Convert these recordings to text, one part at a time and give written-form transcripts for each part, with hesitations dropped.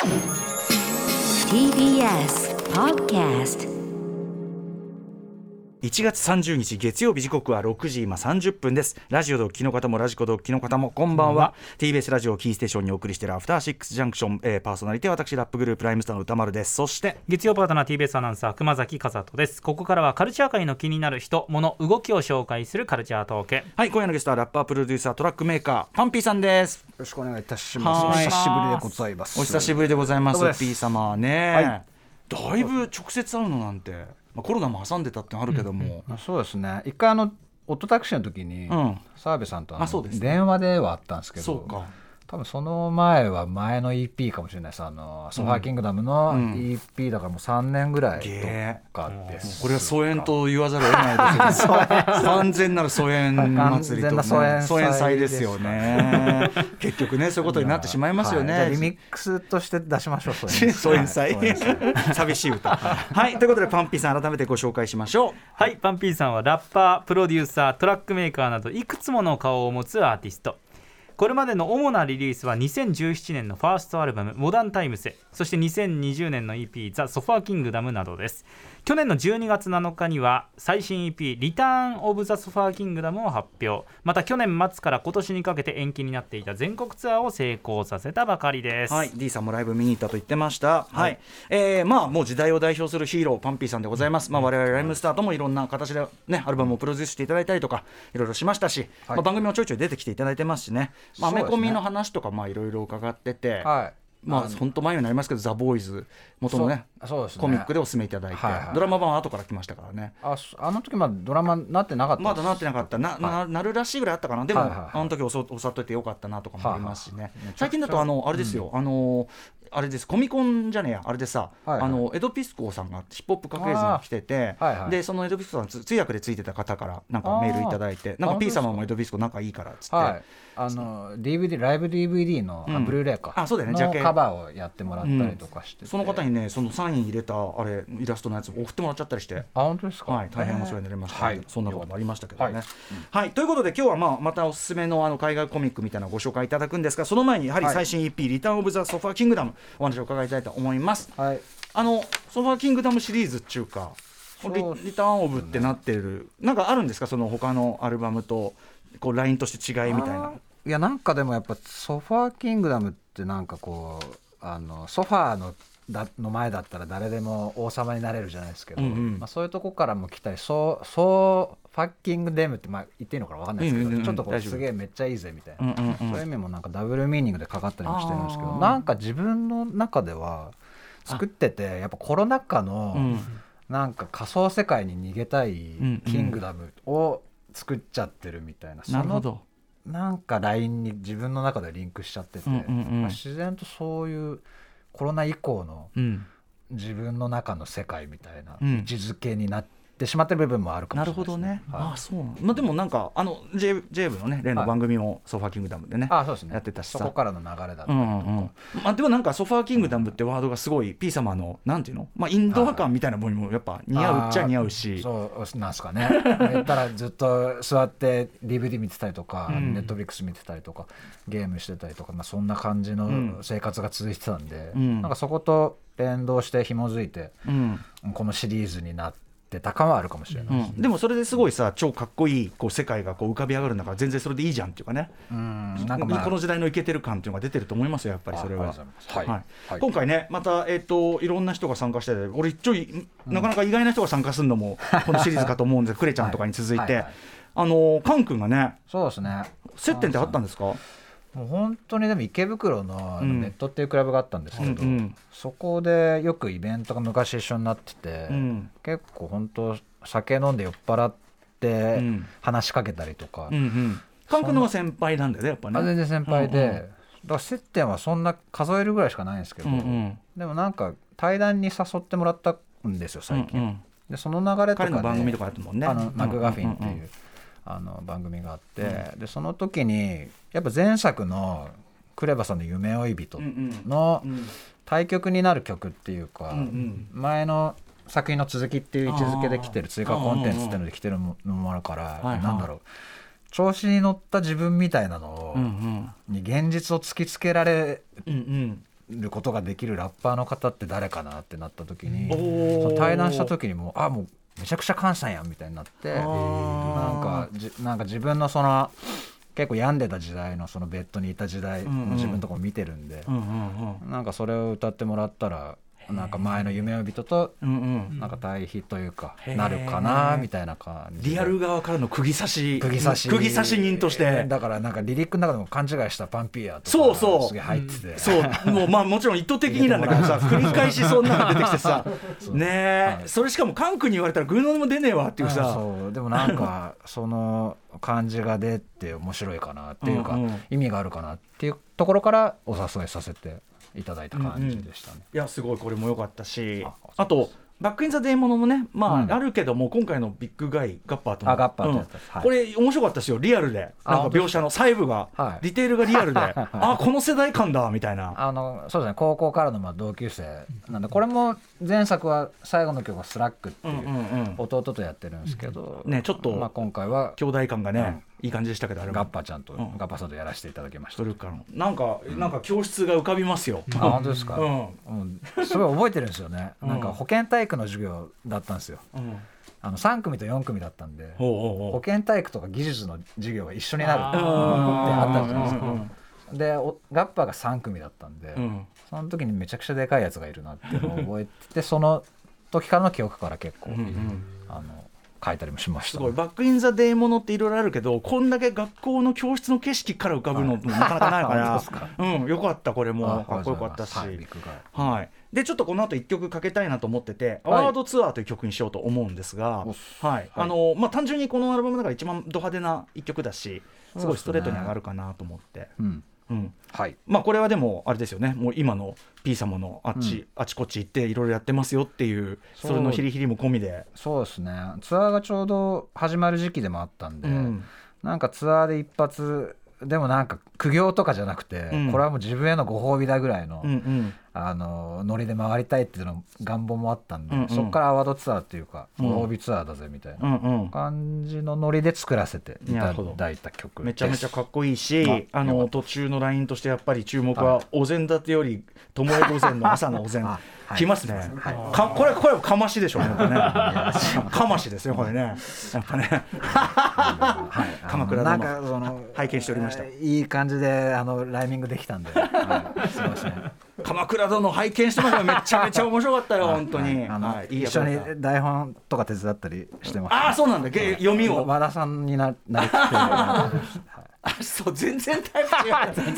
TBS Podcast。 1月30日月曜日、時刻は6時今30分です。ラジオでお聞きの方もラジコでお聞きの方もこんばんは。 TBS ラジオキーステーションにお送りしているアフターシックスジャンクション、パーソナリティは私ラップグループライムスターの歌丸です。そして月曜パートナー TBS アナウンサー熊崎和人です。ここからはカルチャー界の気になる人物動きを紹介するカルチャートーク。 はい、今夜のゲストはラッパープロデューサートラックメーカーパンピーさんです。 よろしくお願いいたします。おはい久しぶりでございます。 お久しぶりでございます。 そうです P 様ね、 はいだいぶ直接会うのなんて、コロナも挟んでたってのあるけども、 そうですね。一回オットタクシーの時に、澤部さんとそうですね、 電話ではあったんですけど、 そうか、 多分その前は前の EP かもしれないです。ソファーキングダムの EP だからもう3年ぐらいとかです。 これは疎遠と言わざるを得ないですよね完全なる疎遠祭りと、ね、疎遠祭ですよね結局ね、そういうことになってしまいますよね、 じゃあリミックスとして出しましょう。 疎遠祭寂しい歌はい、ということでパンピーさん改めてご紹介しましょう。 はい、パンピーさんはラッパー、プロデューサー、トラックメーカーなどいくつもの顔を持つアーティスト。これまでの主なリリースは2017年のファーストアルバムモダンタイムス、そして2020年の EP ザ・ソファーキングダムなどです。去年の12月7日には最新 EP リターンオブザ・ソファーキングダムを発表。また去年末から今年にかけて延期になっていた全国ツアーを成功させたばかりです。 はい、D さんもライブ見に行ったと言ってました。はい、もう時代を代表するヒーローパンピーさんでございます。我々ライムスターともいろんな形で、ね、アルバムをプロデュースしていただいたりとかいろいろしましたし、番組もちょいちょい出てきていただいてますしね、アメコミの話とかいろいろ伺ってて、本当前になりますけどザ・ボーイズ元のねコミックでお勧めいただいて、ドラマ版は後から来ましたからね。 あの時ドラマなってなかった。 まだなってなかった。なるらしいぐらいあったかな。でも、あの時おさっといてよかったなとかもありますしね。最近だとあれですよ、あれです、コミコンじゃねえや、あれでさ、エドピスコさんがヒップホップ家系図に来てて、でそのエドピスコさん通訳でついてた方からなんかメールいただいて、なんか P 様もエドピスコ仲いいからっつって、 DVD ライブ DVD のブルーレイかのカバーをやってもらったりとかして、 その方にね、そのサイン入れたあれイラストのやつを送ってもらっちゃったりして、 本当ですか。 はい、大変お世話になりました。そんなこともありましたけどね。はい、ということで今日はまたおすすめの海外コミックみたいなのをご紹介いただくんですが、その前にやはり最新 EP リターンオブザソファーキングダムお話を伺いたいと思います。ソファーキングダムシリーズっていうか、リターンオブってなってるなんかあるんですか、その他のアルバムとこうラインとして違いみたいな。 いや、なんかでもやっぱソファーキングダムってなんかこうソファーの前だったら誰でも王様になれるじゃないですけど、そういうとこからも来たり、ファッキングデムって言っていいのか分かんないですけど、ちょっとこうすげえめっちゃいいぜみたいな、そういう意味もなんかダブルミーニングでかかったりもしてるんですけど、なんか自分の中では作っててやっぱコロナ禍のなんか仮想世界に逃げたいキングダムを作っちゃってるみたいな、 なるほど、 なんかラインに自分の中でリンクしちゃってて、自然とそういうコロナ以降の自分の中の世界みたいな位置づけになってしまってる部分もあるかもしれないですね。 なるほどね。そうなんでもなんかJ 部のね例の番組もソファーキングダムでね、やってたしさ、 そこからの流れだったりとか、 でもなんかソファーキングダムってワードがすごい P 様のなんていうの、インドア感みたいなものにもやっぱ似合うっちゃ似合うし、 そうなんですかね。言ったらずっと座って DVD 見てたりとか、ネットフリックス見てたりとかゲームしてたりとか、そんな感じの生活が続いてたんで、なんかそこと連動して紐づいて、このシリーズになってた感はあるかもしれないです、 でもそれですごいさ、超かっこいい世界が浮かび上がるんだから、全然それでいいじゃんっていうかね、なんかこの時代のイケてる感っていうのが出てると思いますよ、やっぱりそれは。今回ねまた、いろんな人が参加してて、俺なかなか意外な人が参加するのもこのシリーズかと思うんですクレちゃんとかに続いて、カン君がね、 そうですね、 接点ってあったんですか。 もう本当にでも池袋のネットっていうクラブがあったんですけど、そこでよくイベントが昔一緒になってて、結構本当酒飲んで酔っ払って話しかけたりとか、 カン君の先輩なんだよねやっぱね。 全然先輩で、だから接点はそんな数えるぐらいしかないんですけど、でもなんか対談に誘ってもらったんですよ最近、でその流れとかで、 彼の番組とかあったもんね、 マクガフィンっていう番組があって、でその時にやっぱ前作のクレバさんの夢追い人の対曲になる曲っていうか、前の作品の続きっていう位置づけで来てる追加コンテンツっていうので来てるのもあるから、なんだろう、調子に乗った自分みたいなのに現実を突きつけられることができるラッパーの方って誰かなってなった時に、 おーその対談した時にもうめちゃくちゃ菅さんやんみたいになって、なんか自分のその結構病んでた時代のそのベッドにいた時代の自分のところ見てるんで、なんかそれを歌ってもらったらなんか前の夢追い人となんか対比というかなるかなみたいな感じで、 リアル側からの釘刺し人としてだからなんかリリックの中でも勘違いしたパンピーヤとかそうすげえ入ってて、 そうもうまあもちろん意図的になんだけどさ繰り返しそんなの出てきてさねえ、はい、それしかもカンクに言われたらグーの音も出ねえわっていうさ、 そうでもなんかその感じが出て面白いかなっていうか意味があるかなっていうところからお誘いさせていただいた感じでしたね。 いやすごいこれも良かったし、あとバックインザデーモノもね、まああるけども今回のビッグガイガッパーとのガッパーとやった、 これ面白かったですよ、リアルでなんか描写の細部が、ディテールがリアルであこの世代感だみたいな、 そうですね、高校からの同級生なんで、これも前作は最後の曲はスラックっていう弟とやってるんですけど、 ねちょっと今回は兄弟感がねいい感じでしたけど、あれガッパちゃんとガッパさんとやらせていただきました。 なんか教室が浮かびますよ。 本当ですか。すごい覚えてるんですよね。なんか保健体育の授業だったんですよ。3組と4組だったんで、保健体育とか技術の授業が一緒になるってあったじゃないですか。でガッパが3組だったんで、その時にめちゃくちゃでかいやつがいるなっていうのを覚えてて、その時からの記憶から結構書いたりもしました。 すごいバックインザデーモノっていろいろあるけど、こんだけ学校の教室の景色から浮かぶのなかなかないからよかった、これもかっこよかったし、はい。でちょっとこの後1曲かけたいなと思ってて、アワードツアーという曲にしようと思うんですが、はいまあ単純にこのアルバムだから一番ド派手な1曲だし、すごいストレートに上がるかなと思って、まあこれはでもあれですよね、もう今の P 様のあちこち行っていろいろやってますよっていう、それのヒリヒリも込みで。 そうですね、ツアーがちょうど始まる時期でもあったんで、なんかツアーで一発でもなんか苦行とかじゃなくて、これはもう自分へのご褒美だぐらいのノリで回りたいっていうの願望もあったんで、そこからアワードツアーっていうかご褒美ツアーだぜみたいな感じのノリで作らせていただいた曲です。 めちゃめちゃかっこいいし、途中のラインとしてやっぱり注目はお膳立てより巴御前の朝のお膳きますね。これはかましでしょうね。かましですよこれね。やっぱね。鎌倉殿の拝見しておりました。 いい感じでライミングできたんで。すみません。 鎌倉殿拝見してました。めちゃめちゃ面白かったよ本当に。 一緒に台本とか手伝ったりしてます。 ああそうなんだ。読みを和田さんになりきって。 そう全然タイプ違う。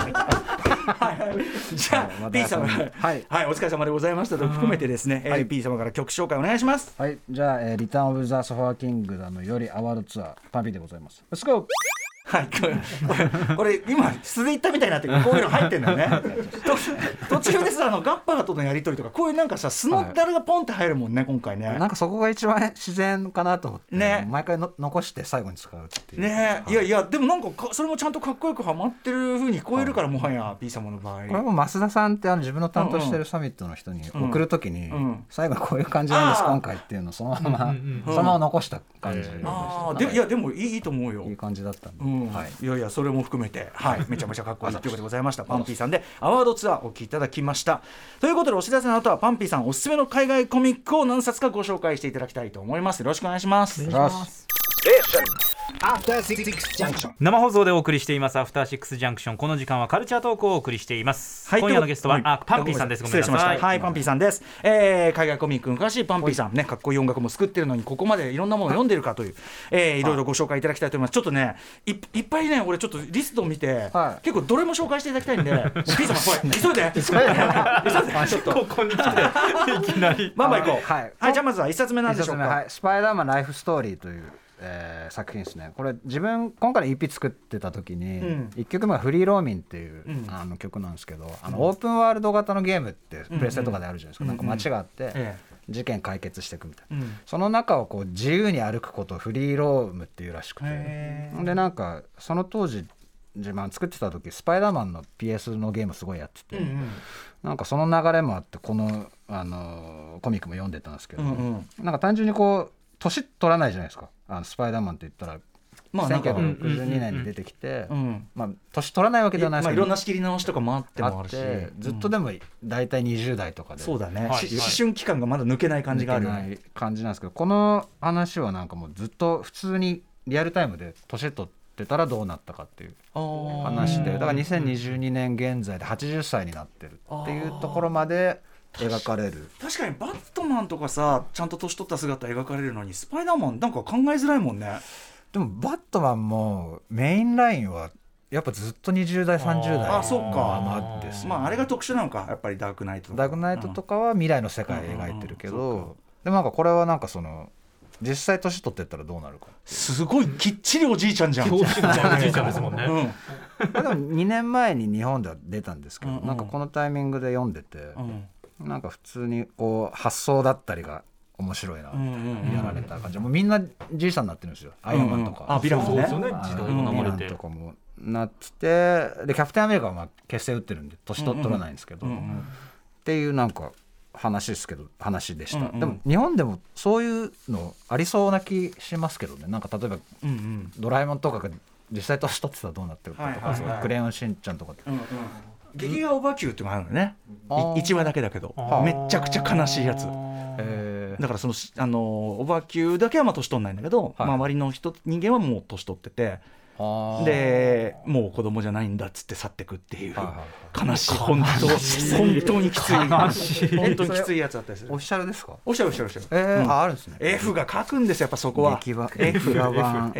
じゃあ P 様はいお疲れ様でございましたと含めてですね、P 様から曲紹介お願いします。 はい、じゃあリターンオブザソファーキングダムよりアワードツアーパビでございます。Let's go。 はい、これ今素で言ったみたいになってこういうの入ってんだよね。途中でさガッパーとのやり取りとかこういうなんかさ素のダルがポンって入るもんね今回ね。 なんかそこが一番自然かなと思ってね、毎回残して最後に使うっていうね。いやでもなんかそれもちゃんとかっこよくはまってる風に聞こえるから、もはや P 様の場合これも増田さんって自分の担当してるサミットの人に送るときに最後こういう感じなんです今回っていうのをそのまま残した感じで。 いやでもいいと思うよ。 いい感じだったんで。 いやいやそれも含めて、めちゃめちゃかっこいい曲でございました。パンピーさんでアワードツアーお聴きいただきました。ということでお知らせの後はパンピーさんおすすめの海外コミックを何冊かご紹介していただきたいと思います。よろしくお願いします。 生放送でお送りしていますアフターシックスジャンクション。この時間はカルチャートークをお送りしています。今夜のゲストはパンピーさんです。 失礼しました。はい、パンピーさんです。海外コミックに詳しいパンピーさんね、かっこいい音楽も作ってるのにここまでいろんなものを読んでるかという、いろいろご紹介いただきたいと思います。ちょっとねいっぱいね俺ちょっとリストを見て、結構どれも紹介していただきたいんでP 様急いでちょっとここに来ていきなりバンバン行こう。はい、じゃあまずは1冊目なんでしょうか。 スパイダーマンライフストーリーという作品ですね。これ自分今回 EP 作ってた時に、1曲目がフリーローミンっていう、曲なんですけど、オープンワールド型のゲームってプレステとかであるじゃないですか。なんか街があって、事件解決していくみたいな、その中をこう自由に歩くことをフリーロームっていうらしくて、でなんかその当時自分作ってた時スパイダーマンの PS のゲームすごいやってて、なんかその流れもあってこの、コミックも読んでたんですけど、なんか単純にこう年取らないじゃないですか。スパイダーマンって言ったらまあなんか 1962年に出てきて、 うんまあ、年取らないわけではないですけど、 いろんな仕切り直しとかもあってもあるし、 ずっとでも大体20代とかで、 そうだね、 はい思春期間がまだ抜けない感じがあるよね。 抜けない感じなんですけど、この話はなんかもうずっと普通にリアルタイムで年取ってたらどうなったかっていう話で、だから2022年現在で80歳になってるっていうところまで描かれる。 確かにバットマンとかさちゃんと年取った姿描かれるのに、スパイダーマンなんか考えづらいもんね。 でもバットマンもメインラインはやっぱずっと20代30代あ、そうか、 ままです、 まああれが特殊なのか、やっぱりダークナイトとか。 ダークナイトとかは未来の世界を描いてるけうんうんうんど、でもなんかこれはなんかその実際年取ってったらどうなるかすごいきっちりおじいちゃんじゃん。 教師のおじいちゃんですもんね。 うんでも2年前に日本では出たんですけど、 うんうんなんかこのタイミングで読んでて、 うんなんか普通にこう発想だったりが面白いな、 うんうんうんやられた感じ、もうみんなじいさんになってるんですよ、アイアンマンとか、 あ、ヴィランもね。 そうですよね、時代が流れヴィランてとかもなってて、でキャプテンアメリカはまあ結成打ってるんで年取らないんですけど、 うんうんっていうなんか話ですけど、話でした、 うんうんでも日本でもそういうのありそうな気しますけどね。なんか例えばうんうんドラえもんとかが実際年取ってたらどうなってるかとか、 はいはいはいクレヨンしんちゃんとかって、 うんうん、劇画オバキューっていうのがあるのね。 あー 1話だけだけどめっちゃくちゃ悲しいやつだから、そのオバキューだけはまあ年取んないんだけど、 はい周りの人人間はもう年取ってて、でもう子供じゃないんだっつって去ってくっていう、 はいはい悲しい、本当にきつい、本当にきついやつだったりする。 オフィシャルですか？ おっしゃるおっしゃるおっしゃる、 あるんですね。 F が書くんですよ、やっぱそこは。 劇画 F 版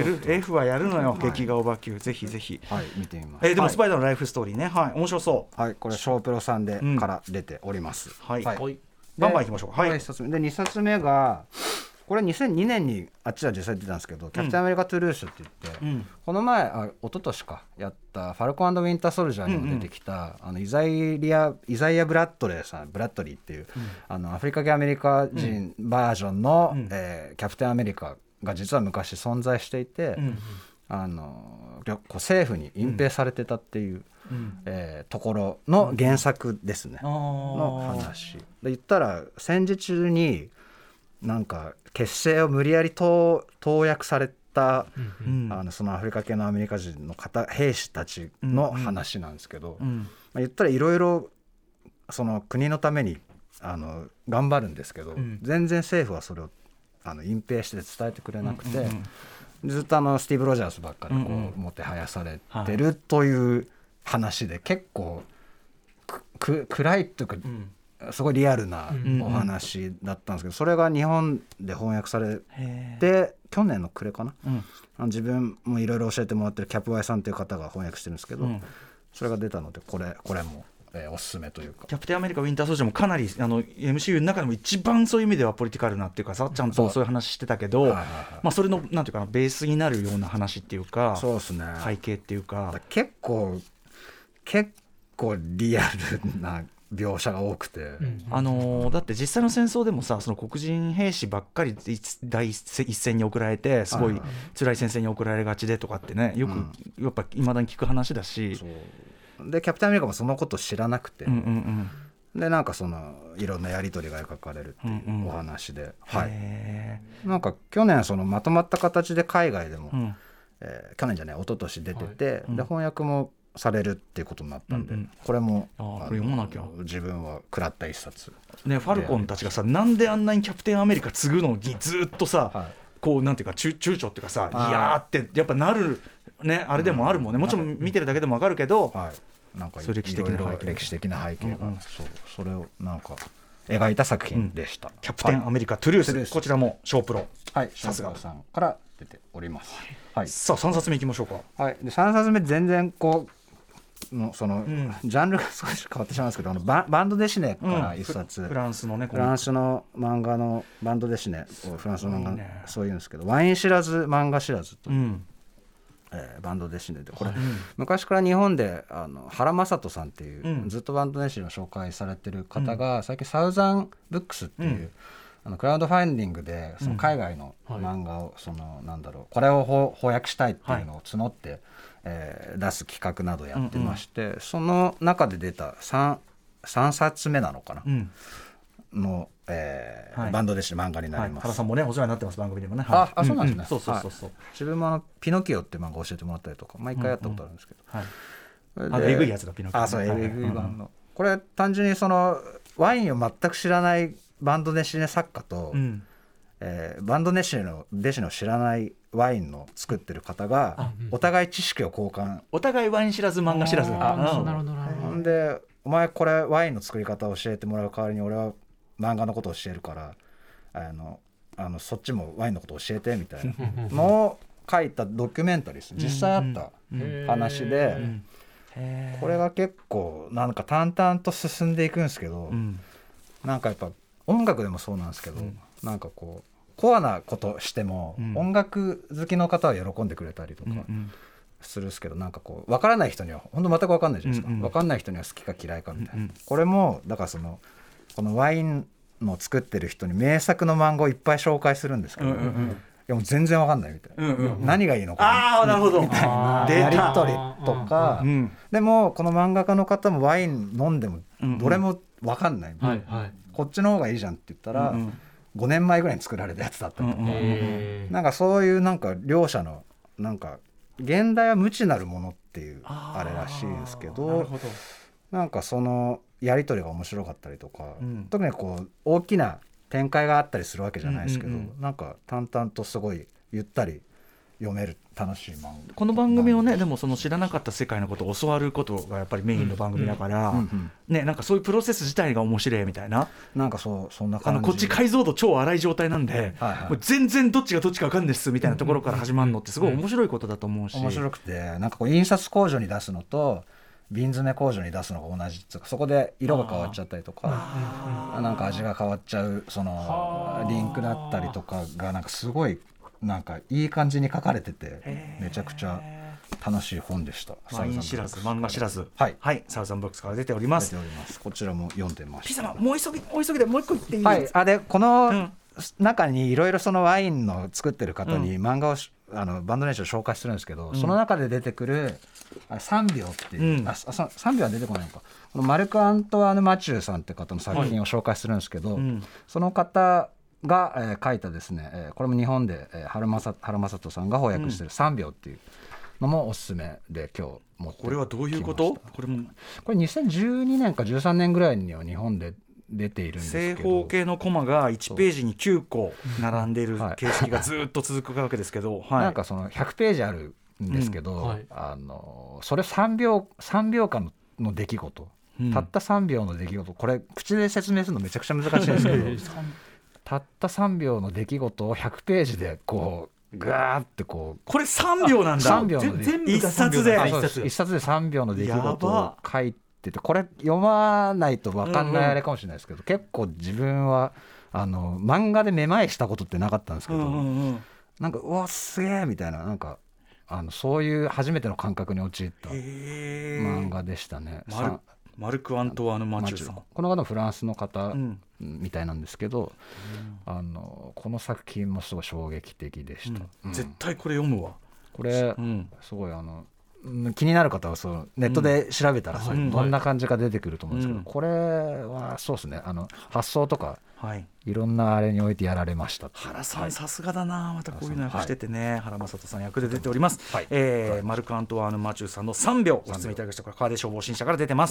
F はやるのよ、劇画オバキュー、ぜひぜひ。 はい、見てみます。 でもスパイダーのライフストーリーね、はい、面白そう。 はい、これショープロさんでから出ております。 はい、 はいバンバンいきましょう。はい、 これ1冊目で、2冊目がこれ2002年にあっちは実際出たんですけど、キャプテンアメリカトゥルースって言って、 うんこの前一昨年かやったファルコン&ウィンターソルジャーにも出てきた、イザイア・ブラッドリーっていう、アフリカ系アメリカ人バージョンの、キャプテンアメリカが実は昔存在していて、こう政府に隠蔽されてたっていう、ところの原作ですね、の話で言ったら、戦時中になんか結成を無理やり投薬された、そのアフリカ系のアメリカ人の兵士たちの話なんですけど、言ったらいろいろその国のために頑張るんですけど、全然政府はそれを隠蔽して伝えてくれなくて、ずっとスティーブ・ロジャースばっかりこうもてはやされてるという話で、結構暗いというか、すごいリアルなお話だったんですけど、それが日本で翻訳されて去年の暮れかな、自分もいろいろ教えてもらってるキャプワイさんという方が翻訳してるんですけど、それが出たのでこれもおすすめというか。 キャプテンアメリカウィンターソルジャーもかなりMCU の中でも一番そういう意味ではポリティカルなっていうかさ、ちゃんとそういう話してたけど、まあそれのなんていうかな、ベースになるような話っていうか、 そうですね、 背景っていうか、 結構リアルな描写が多くて、 だって実際の戦争でもさ、その黒人兵士ばっかり第一線に送られて、すごい辛い戦線に送られがちでとかってね、よくやっぱいまだに聞く話だし、 でキャプテンアメリカもそのことを知らなくて、でなんかそのいろんなやり取りが描かれるっていうお話で、なんか去年そのまとまった形で海外でも、去年じゃない一昨年出てて、で翻訳もされるっていうことになったんで、これもこれ読まなきゃ。 自分は食らった一冊ね、ファルコンたちがさ、なんであんなにキャプテンアメリカ継ぐのにずっとさ、こうなんていうか躊躇っていうかさ、いやーってやっぱなるね、あれでもあるもんね。もちろん見てるだけでもわかるけど、 なんかそういう歴史的な背景が、それをなんか描いた作品でした。 キャプテンアメリカトゥルース、こちらもショープロ、 さすがさんから出ております。 さあ3冊目いきましょうか。 で3冊目全然こうそのジャンルが少し変わってしまうんですけど、バンドデシネから一冊、 フランスの漫画のバンドデシネをフランスの漫画そういうんですけど、ワイン知らず漫画知らずという、バンドデシネで、これ、昔から日本で原正人さんっていう、ずっとバンドデシネを紹介されてる方が、最近サウザンブックスっていう、クラウドファンディングでその海外の漫画を、これを翻訳したいっていうのを募って、出す企画などやってまして、その中で出た 3冊目なのかな、 の、バンドでした漫画になります。 原さんもねお世話になってます番組でもね。 あ、そうなんですね。 そうそうそうそう。 自分もピノキオって漫画教えてもらったりとか毎回やったことあるんですけど。 えぐいやつだピノキオ。 あ、そうえぐい版の。これ単純にそのワインを全く知らないバンドネシネ作家と、バンドネシネの弟子の知らないワインの作ってる方がお互い知識を交換、 お互いワイン知らず漫画知らず。 なるほどなるほど。 でお前これワインの作り方を教えてもらう代わりに俺は漫画のことを教えるからそっちもワインのことを教えてみたいなのを書いたドキュメンタリーです。実際あった話で、これが結構なんか淡々と進んでいくんですけど、なんかやっぱ音楽でもそうなんですけど、なんかこうコアなことしても、音楽好きの方は喜んでくれたりとかするんですけど、なんかこう分からない人には本当全く分かんないじゃないですか、分かんない人には好きか嫌いかみたいな、これもだからこのワインの作ってる人に名作の漫画をいっぱい紹介するんですけど、いやもう全然分かんないみたいな、何がいいのかなるほどみたいなやり取りとか、でもこの漫画家の方もワイン飲んでもどれも分かんないみたいな、こっちの方がいいじゃんって言ったら、5年前ぐらいに作られたやつだったとか、なんかそういうなんか両者のなんか現代は無知なるものっていうあれらしいんですけど、なんかそのやり取りが面白かったりとか、特にこう大きな展開があったりするわけじゃないですけど、なんか淡々とすごいゆったり読める楽しい漫画。 この番組をねでもその知らなかった世界のことを教わることがやっぱりメインの番組だから、ね、なんかそういうプロセス自体が面白いみたいな、 なんかそんな感じ。 こっち解像度超荒い状態なんで、もう全然どっちがどっちか分かんないですみたいなところから始まるのってすごい面白いことだと思うし、 面白くて、なんかこう印刷工場に出すのと瓶詰め工場に出すのが同じっていうか、そこで色が変わっちゃったりとか、なんか味が変わっちゃうそのリンクだったりとかがなんかすごいなんかいい感じに書かれてて、めちゃくちゃ楽しい本でした。 ワイン知らず漫画知らず、サウザンブックスから出ております。 こちらも読んでました。 ピザマもう急ぎでもう一個言っていい？ でこの中にいろいろそのワインの作ってる方に漫画をバンドネーションを紹介するんですけど、その中で出てくる3秒っていう、3秒は出てこないのか、このマルク・アントワーヌ・マチューさんって方の作品を紹介するんですけど、その方が、書いたですね、これも日本で、原正人さんが翻訳してる3秒っていうのもおすすめで今日持ってきました。 これはどういうこと？これ 2012年か13年ぐらいには日本で出ているんですけど、 正方形のコマが1ページに9個並んでいる形式がずっと続くわけですけど、 なんかその100ページあるんですけど、それ3秒間の出来事、たった3秒の出来事、これ口で説明するのめちゃくちゃ難しいんですけどたった3秒の出来事を100ページでこうガーってこれ3秒なんだ。 3秒の全部一冊で 1冊で3秒の出来事を書いてて、これ読まないと分かんないあれかもしれないですけど、結構自分は漫画でめまいしたことってなかったんですけど、なんかうわすげえみたいな、なんかそういう初めての感覚に陥った漫画でしたね。 マルク・アントワーヌ・マチューさん、 この方フランスの方みたいなんですけど、この作品もすごい衝撃的でした。 絶対これ読むわ。 これ、すごい気になる方はネットで調べたらどんな感じか出てくると思うんですけど、これはそうですね、発想とかいろんなあれにおいてやられました。 原さんさすがだな、またこういうの役しててね、原正人さん役で出ております。マルク・アントワーヌ・マチューさんの3秒お勧めいただきました。これ川出消防新社から出てます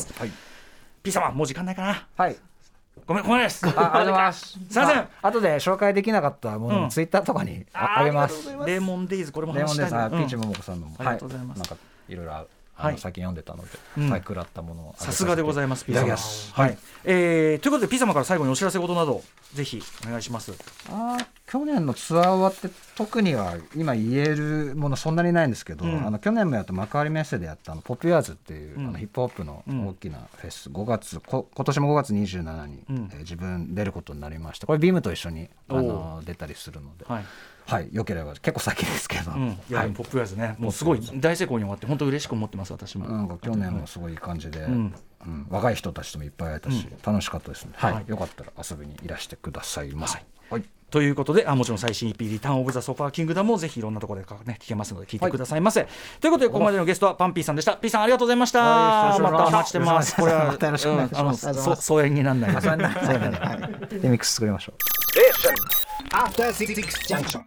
。P 様もう時間ないかな。ごめんです。 ありがとうございます。 すいません。 後で紹介できなかったものをツイッターとかにあげます。 レモンデイズ、これも話したいな。 ピーチ桃子さんのもありがとうございます。 なんかいろいろ最近読んでたので、食らったものをさすがでございます。ピザ様。ということでピザ様から最後にお知らせ事などぜひお願いします。 去年のツアー終わって特には今言えるものそんなにないんですけど、去年もやった幕張メッセでやったポピュアーズっていう、ヒップホップの大きなフェス、今年も5月27日に、自分出ることになりまして、これビームと一緒に出たりするので、よければ結構先ですけど、 いやでもポップやつね、もうすごい大成功に終わって本当嬉しく思ってます。私もなんか去年もすごいいい感じで、若い人たちともいっぱい会えたし、楽しかったですね。よかったら遊びにいらしてくださいませ。 ということでもちろん最新 EP リターンオブザソファーキングダムもぜひいろんなところで、ね、聞けますので聞いてくださいませ、ということでここまでのゲストはパンピーさんでした。ピーさんありがとうございました。またお待ちしてます。これは疎遠にならないリミックス作りましょう。 After 66 junction.